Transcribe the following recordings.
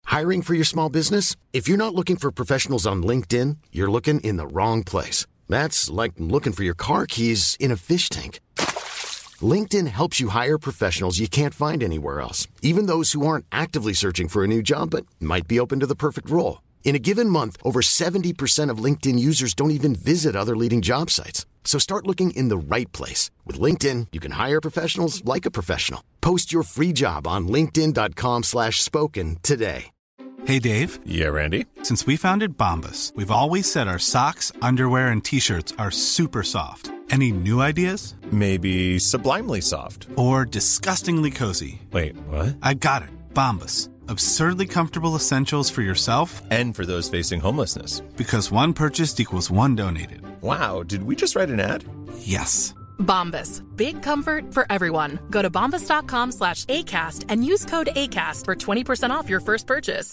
Hiring for your small business? If you're not looking for professionals on LinkedIn, you're looking in the wrong place. That's like looking for your car keys in a fish tank. LinkedIn helps you hire professionals you can't find anywhere else, even those who aren't actively searching for a new job but might be open to the perfect role. In a given month, over 70% of LinkedIn users don't even visit other leading job sites. So start looking in the right place. With LinkedIn, you can hire professionals like a professional. Post your free job on linkedin.com/spoken today. Hey, Dave. Yeah, Randy. Since we founded Bombas, we've always said our socks, underwear, and T-shirts are super soft. Any new ideas? Maybe sublimely soft. Or disgustingly cozy. Wait, what? I got it. Bombas. Absurdly comfortable essentials for yourself and for those facing homelessness. Because one purchased equals one donated. Wow, did we just write an ad? Yes. Bombas. Big comfort for everyone. Go to bombas.com/ACAST and use code ACAST for 20% off your first purchase.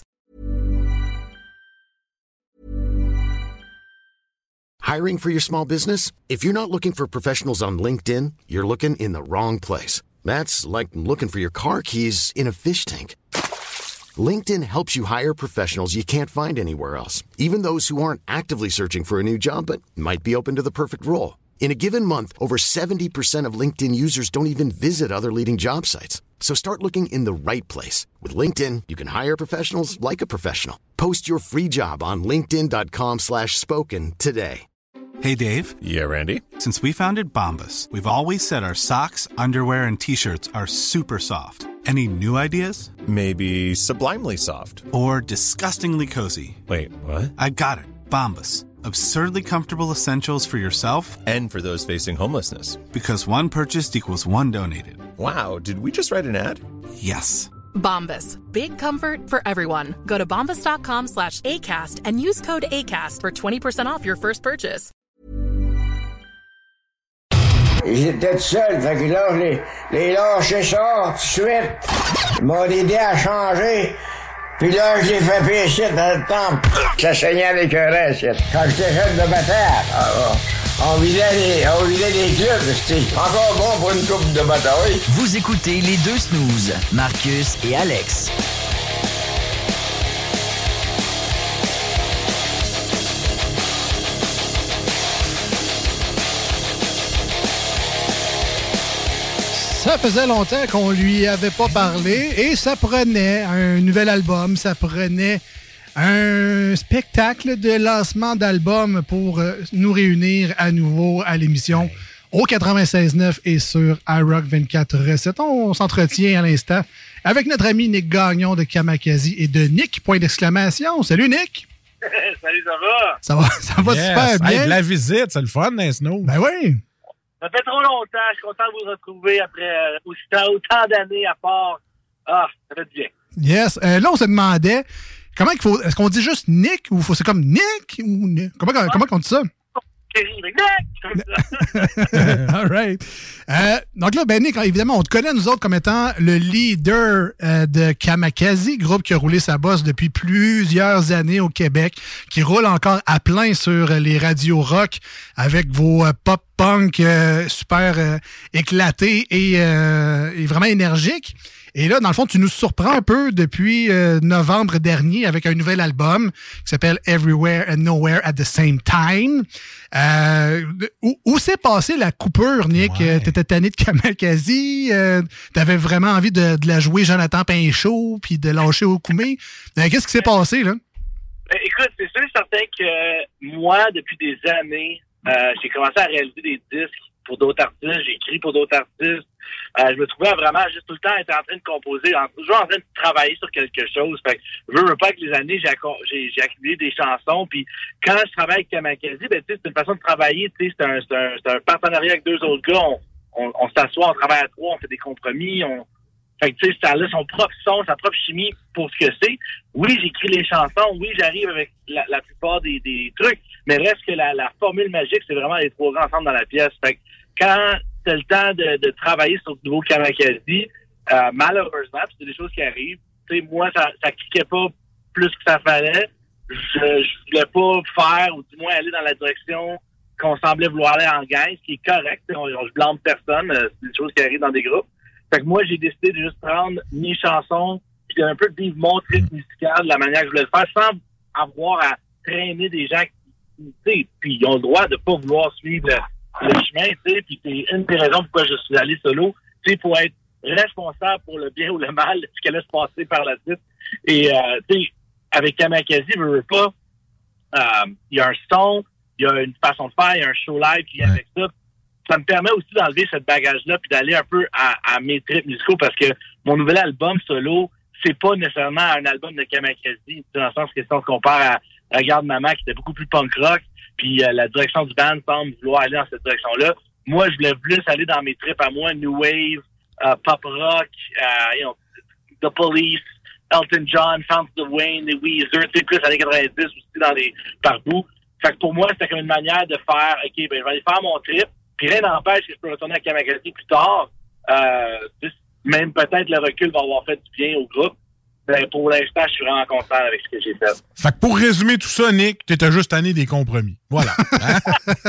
Hiring for your small business? If you're not looking for professionals on LinkedIn, you're looking in the wrong place. That's like looking for your car keys in a fish tank. LinkedIn helps you hire professionals you can't find anywhere else, even those who aren't actively searching for a new job but might be open to the perfect role. In a given month, over 70% of LinkedIn users don't even visit other leading job sites. So start looking in the right place. With LinkedIn, you can hire professionals like a professional. Post your free job on linkedin.com/spoken today. Hey, Dave. Yeah, Randy. Since we founded Bombas, we've always said our socks, underwear, and T-shirts are super soft. Any new ideas? Maybe sublimely soft. Or disgustingly cozy. Wait, what? I got it. Bombas. Absurdly comfortable essentials for yourself and for those facing homelessness. Because one purchased equals one donated. Wow, did we just write an ad? Yes. Bombas. Big comfort for everyone. Go to bombas.com/ACAST and use code ACAST for 20% off your first purchase. J'étais tout seul, fait que là, les lâché ça tout de suite. Ils m'ont aidé à changer. Puis là, je l'ai fait pécher dans le temple. Ça saignait les cœurs, quand j'étais jeune de bataille. On vidait des clubs, c'était encore bon pour une coupe de bataille. Vous écoutez les deux snooze, Marcus et Alex. Ça faisait longtemps qu'on lui avait pas parlé et ça prenait un nouvel album, ça prenait un spectacle de lancement d'album pour nous réunir à nouveau à l'émission au 96.9 et sur iRock 24.7. On s'entretient à l'instant avec notre ami Nick Gagnon de Kamakazi et de Nick, point d'exclamation. Salut Nick! Salut, ça va? Ça va super bien. Hey, de la visite, c'est le fun, hein, Snow? Ben oui! Ça fait trop longtemps. Je suis content de vous retrouver après autant d'années à part. Ah, ça fait du bien. Yes. Là, on se demandait comment il faut. Est-ce qu'on dit juste Nick ou c'est comme Nick ou Nick? Comment on dit ça? All right. Donc là, ben Nick, évidemment, on te connaît, nous autres, comme étant le leader de Kamakazi, groupe qui a roulé sa bosse depuis plusieurs années au Québec, qui roule encore à plein sur les radios rock avec vos pop-punk super éclatés et vraiment énergiques. Et là, dans le fond, tu nous surprends un peu depuis novembre dernier avec un nouvel album qui s'appelle Everywhere and Nowhere at the Same Time. Où s'est passée la coupure, Nick? Ouais. T'étais tanné de Kamakazi, t'avais vraiment envie de la jouer Jonathan Pinchot puis de lâcher Okoumé. Qu'est-ce qui s'est passé, là? Écoute, c'est sûr et certain que moi, depuis des années, j'ai commencé à réaliser des disques pour d'autres artistes, j'ai écrit pour d'autres artistes. Je me trouvais vraiment juste tout le temps être en train de composer, toujours en train de travailler sur quelque chose. Fait que je veux pas que les années, j'ai accumulé des chansons. Puis quand je travaille avec Kamakazi, ben tu sais, c'est une façon de travailler. Tu sais, c'est un partenariat avec deux autres gars. On s'assoit, on travaille à trois, on fait des compromis. Fait que tu sais, ça a son propre son, sa propre chimie pour ce que c'est. Oui, j'écris les chansons. Oui, j'arrive avec la plupart des trucs. Mais reste que la formule magique, c'est vraiment les trois gars ensemble dans la pièce. Fait que quand c'est le temps de travailler sur le nouveau Kamakazi, malheureusement, c'est des choses qui arrivent. Tu sais, moi, ça cliquait pas plus que ça fallait. Je voulais pas faire, ou du moins aller dans la direction qu'on semblait vouloir aller en gang, ce qui est correct. Je blâme personne, c'est des choses qui arrivent dans des groupes. Fait que moi, j'ai décidé de juste prendre mes chansons, puis puis un peu vivre mon trip musical de la manière que je voulais le faire, sans avoir à traîner des gens qui, tu sais, puis ils ont le droit de pas vouloir suivre le chemin, tu sais, puis c'est une des raisons pourquoi je suis allé solo, tu sais, pour être responsable pour le bien ou le mal de ce qu'elle allait se passer par la suite. Et, tu sais, avec Kamakazi, je veux pas, il y a un son, il y a une façon de faire, il y a un show live qui vient avec ça. Ça me permet aussi d'enlever ce bagage-là puis d'aller un peu à mes trips musicaux parce que mon nouvel album solo, c'est pas nécessairement un album de Kamakazi, dans le sens que si on se compare à Regarde Maman, qui était beaucoup plus punk rock, puis la direction du band semble vouloir aller dans cette direction-là. Moi, je voulais plus aller dans mes trips à moi, New Wave, pop rock, The Police, Elton John, Fountains of Wayne, les Weezer, tu sais, plus années 90 aussi dans les par-bouts. Fait que pour moi, c'était comme une manière de faire, OK, ben je vais aller faire mon trip, puis rien n'empêche que je peux retourner à Kamakazi plus tard. Même peut-être le recul va avoir fait du bien au groupe. Ben, pour l'instant, je suis vraiment content avec ce que j'ai fait. Fait que pour résumer tout ça, Nick, t'étais juste tanné des compromis. Voilà. Hein?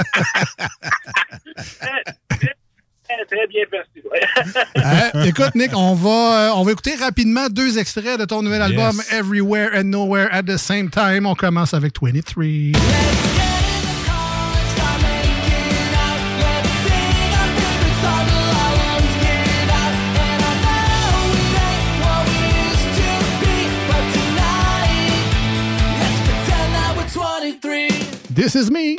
Très bien perçu. Ouais. Écoute, Nick, on va écouter rapidement 2 extraits de ton nouvel album, Everywhere and Nowhere at the Same Time. On commence avec 23. This is me.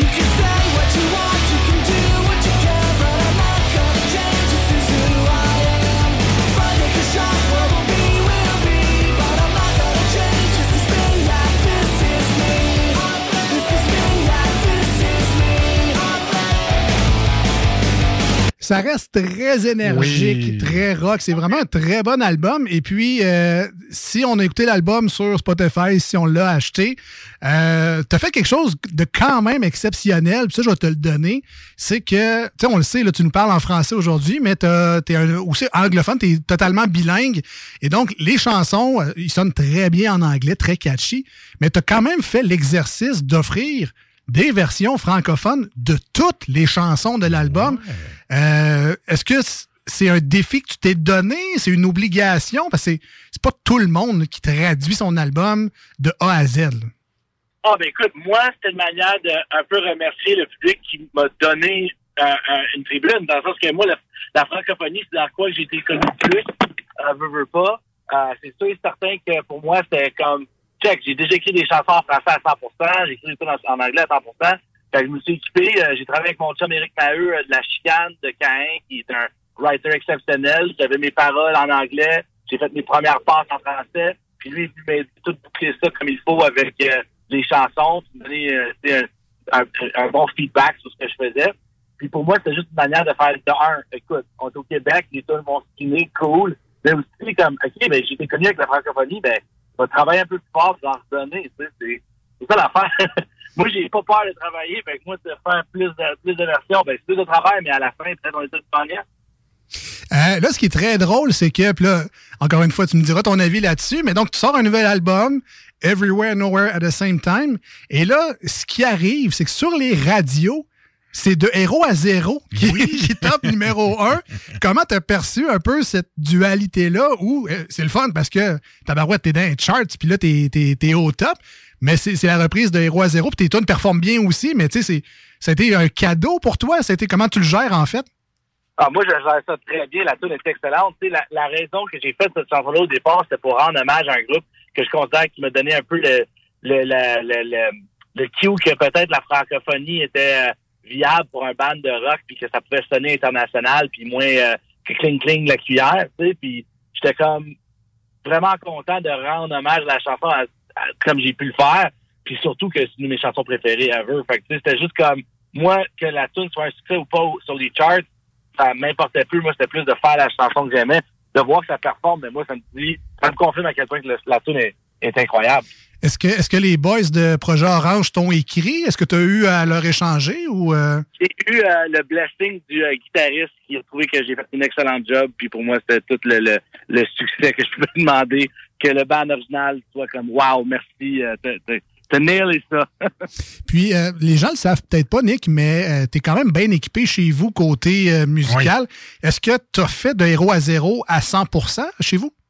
Ça reste très énergique, très rock. C'est vraiment un très bon album. Et puis, si on a écouté l'album sur Spotify, si on l'a acheté, t'as fait quelque chose de quand même exceptionnel. Puis ça, je vais te le donner. C'est que, tu sais, on le sait, là, tu nous parles en français aujourd'hui, mais t'es aussi anglophone, t'es totalement bilingue. Et donc, les chansons, ils sonnent très bien en anglais, très catchy. Mais t'as quand même fait l'exercice d'offrir des versions francophones de toutes les chansons de l'album. Est-ce que c'est un défi que tu t'es donné? C'est une obligation? Parce que c'est pas tout le monde qui traduit son album de A à Z. Ah, ben écoute, moi, c'était une manière de un peu remercier le public qui m'a donné une tribune, dans le sens que moi, la francophonie, c'est dans quoi j'ai été connu plus, veux pas. C'est sûr et certain que pour moi, c'était comme check, j'ai déjà écrit des chansons en français à 100%, j'ai écrit des trucs en anglais à 100%. Fait que je me suis équipé, j'ai travaillé avec mon chum Éric Maheu de La Chicane de Caen, qui est un writer exceptionnel. J'avais mes paroles en anglais, j'ai fait mes premières passes en français, puis lui, il m'a aidé tout boucler ça comme il faut avec les chansons, puis me donner un bon feedback sur ce que je faisais. Puis pour moi, c'était juste une manière de faire écoute, on est au Québec, les tunes vont skinner, cool, mais aussi comme, OK, ben j'ai été connu avec la francophonie, ben je vais travailler un peu plus fort pour en redonner, tu sais, c'est ça l'affaire. Moi, j'ai pas peur de travailler, fait que moi, de faire plus de versions, ben c'est plus de travail, mais à la fin, peut-être on est tous gagnants. Là, ce qui est très drôle, c'est que, puis là, encore une fois, tu me diras ton avis là-dessus, mais donc, tu sors un nouvel album, Everywhere, Nowhere at the Same Time, et là, ce qui arrive, c'est que sur les radios, c'est de héros à zéro qui top numéro 1. Comment t'as perçu un peu cette dualité-là où c'est le fun parce que tabarouette, t'es dans les charts, puis là, t'es au top, mais c'est la reprise de héros à zéro, puis tes tunes performent bien aussi, mais tu sais, ça a été un cadeau pour toi. Ça a été comment tu le gères, en fait? Ah, moi, je gère ça très bien. La tune est excellente. Tu sais, la raison que j'ai fait cette chanson-là au départ, c'était pour rendre hommage à un groupe que je considère qui m'a donné un peu le cue que peut-être la francophonie était viable pour un band de rock, puis que ça pouvait sonner international, puis moins que cling-cling la cuillère, tu sais. Puis j'étais comme vraiment content de rendre hommage à la chanson comme j'ai pu le faire, puis surtout que c'est une de mes chansons préférées ever. Fait que tu sais, c'était juste comme, moi, que la tune soit un succès ou pas sur les charts, ça m'importait plus. Moi, c'était plus de faire la chanson que j'aimais, de voir que ça performe, mais moi, ça me confirme à quel point que la tune est incroyable. Est-ce que les boys de Projet Orange t'ont écrit? Est-ce que tu as eu à leur échanger ou J'ai eu le blessing du guitariste qui a trouvé que j'ai fait une excellente job, puis pour moi, c'était tout le succès que je pouvais demander, que le band original soit comme « Wow, merci, t'as nailé ça! » Puis, les gens le savent peut-être pas, Nick, mais t'es quand même bien équipé chez vous côté musical. Oui. Est-ce que t'as fait de héros à zéro à 100% chez vous?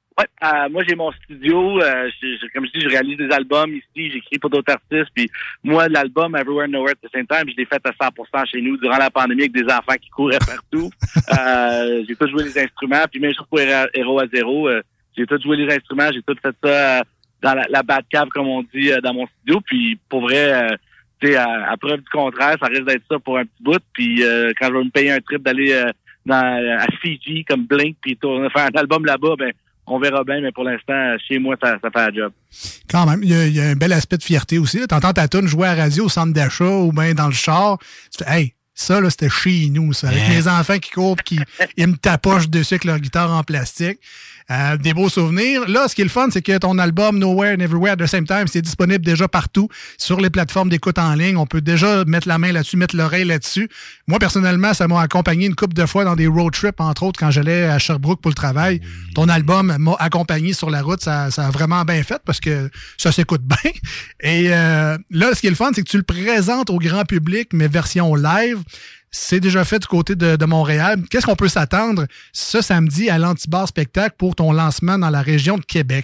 Ouais, moi j'ai mon studio, comme je dis, je réalise des albums ici, j'écris pour d'autres artistes, puis moi l'album Everywhere Nowhere at the Same Time, je l'ai fait à 100% chez nous durant la pandémie avec des enfants qui couraient partout. J'ai tout joué les instruments, puis même chose pour Héros à Zéro, j'ai tout joué les instruments, j'ai tout fait ça dans la Batcave comme on dit dans mon studio, puis pour vrai, à preuve du contraire, ça risque d'être ça pour un petit bout, puis quand je vais me payer un trip d'aller à Fiji comme Blink, puis faire un album là-bas, ben on verra bien, mais pour l'instant, chez moi, ça fait un job. Quand même, il y a un bel aspect de fierté aussi. Tu entends ta toune jouer à la radio au centre d'achat ou bien dans le char. Tu fais, hey, ça, là, c'était chez nous, ça. Avec mes enfants qui courent et ils me tapochent dessus avec leur guitare en plastique. Des beaux souvenirs. Là, ce qui est le fun, c'est que ton album Nowhere and Everywhere at the Same Time, c'est disponible déjà partout sur les plateformes d'écoute en ligne. On peut déjà mettre la main là-dessus, mettre l'oreille là-dessus. Moi, personnellement, ça m'a accompagné une couple de fois dans des road trips, entre autres, quand j'allais à Sherbrooke pour le travail. Ton album m'a accompagné sur la route. Ça a vraiment bien fait parce que ça s'écoute bien. Et là, ce qui est le fun, c'est que tu le présentes au grand public, mais version live. C'est déjà fait du côté de Montréal. Qu'est-ce qu'on peut s'attendre ce samedi à l'Antibar Spectacle pour ton lancement dans la région de Québec?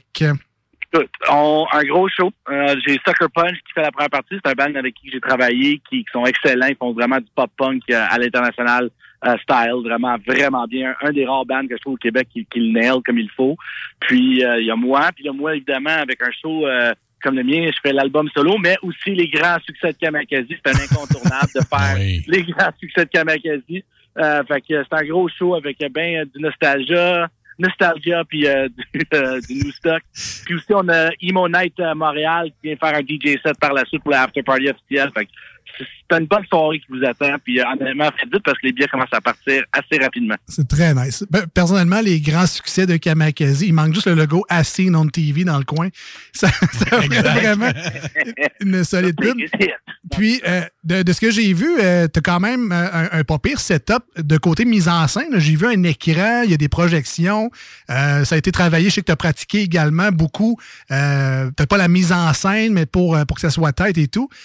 Un gros show. J'ai Sucker Punch qui fait la première partie. C'est un band avec qui j'ai travaillé, qui sont excellents. Ils font vraiment du pop-punk à l'international style. Vraiment, vraiment bien. Un des rares bands que je trouve au Québec qui le nail comme il faut. Puis, il y a moi. Puis, il y a moi, évidemment, avec un show... comme le mien, je fais l'album solo, mais aussi les grands succès de Kamakazi. C'est un incontournable de faire les grands succès de Kamakazi. Fait que c'est un gros show avec ben du nostalgia puis du new stock. Puis aussi, on a Emo Night Montréal qui vient faire un DJ set par la suite pour la after party officielle. Fait que c'est une bonne soirée qui vous attend. Puis honnêtement, faites vite parce que les billets commencent à partir assez rapidement. C'est très nice. Personnellement, les grands succès de Kamakazi, il manque juste le logo As Seen on TV dans le coin. Ça fait vraiment une solide pub. Puis, de ce que j'ai vu, t'as quand même un pas pire setup de côté mise en scène. J'ai vu un écran, il y a des projections. Ça a été travaillé. Je sais que t'as pratiqué également beaucoup. Peut-être pas la mise en scène, mais pour que ça soit tête et tout.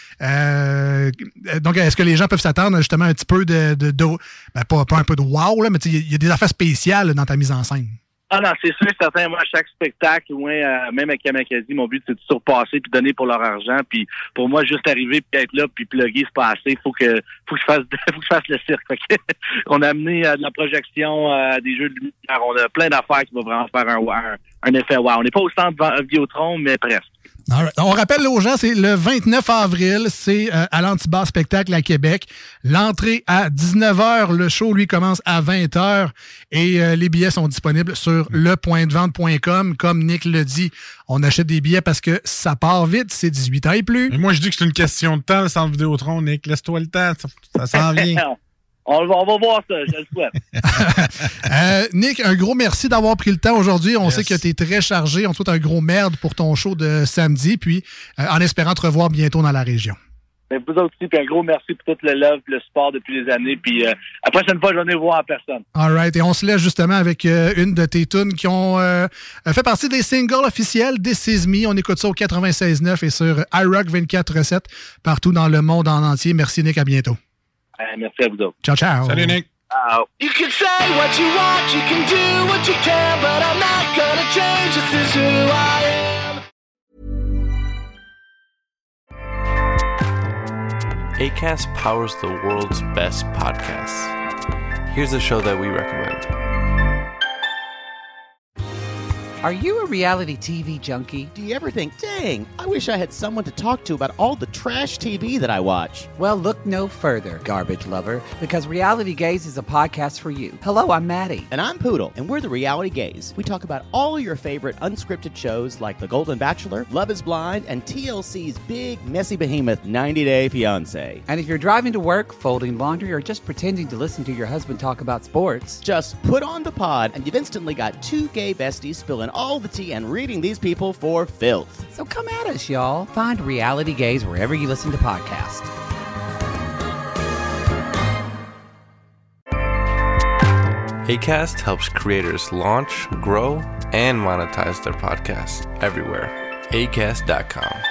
Donc, est-ce que les gens peuvent s'attendre justement un petit peu pas un peu de wow, là, mais il y a des affaires spéciales là, dans ta mise en scène? Ah non, c'est sûr, certain. Moi, à chaque spectacle, même avec Kamakazi, mon but, c'est de surpasser puis donner pour leur argent. Puis pour moi, juste arriver puis être là puis plugger, c'est pas assez. Faut que je fasse le cirque. Fait que, on a amené de la projection, des jeux de lumière. On a plein d'affaires qui vont vraiment faire un effet wow. On n'est pas au centre Vidéotron, mais presque. Right. On rappelle aux gens, c'est le 29 avril, c'est à l'Antibar Spectacle à Québec. L'entrée à 19h, le show, lui, commence à 20h et les billets sont disponibles sur lepointdevente.com. Comme Nick le dit, on achète des billets parce que ça part vite, c'est 18 ans et plus. Mais moi, je dis que c'est une question de temps, le centre Vidéotron, Nick. Laisse-toi le temps, ça s'en vient. On va voir ça, je le souhaite. Nick, un gros merci d'avoir pris le temps aujourd'hui. On sait que tu es très chargé. On te souhaite un gros merde pour ton show de samedi, puis en espérant te revoir bientôt dans la région. Ben, vous aussi, puis un gros merci pour tout le love et le support depuis les années. Puis la prochaine fois, je vais venir voir en personne. All right. Et on se laisse justement avec une de tes tunes qui ont fait partie des singles officiels This Is Me. On écoute ça au 96.9 et sur iRock 24/7 partout dans le monde en entier. Merci Nick, à bientôt. Merci à vous autres. Ciao, ciao. Salut, Nick. Ciao. You can say what you want, you can do what you can, but I'm not gonna change, this is who I am. Acast powers the world's best podcasts. Here's a show that we recommend. Are you a reality TV junkie? Do you ever think, dang, I wish I had someone to talk to about all the trash TV that I watch? Well, look no further, garbage lover, because Reality Gaze is a podcast for you. Hello, I'm Maddie. And I'm Poodle, and we're the Reality Gaze. We talk about all your favorite unscripted shows like The Golden Bachelor, Love is Blind, and TLC's big, messy behemoth, 90 Day Fiancé. And if you're driving to work, folding laundry, or just pretending to listen to your husband talk about sports, just put on the pod, and you've instantly got two gay besties spilling all the tea and reading these people for filth. So come at us, y'all. Find Reality Gaze wherever you listen to podcasts. Acast helps creators launch, grow, and monetize their podcasts everywhere. Acast.com.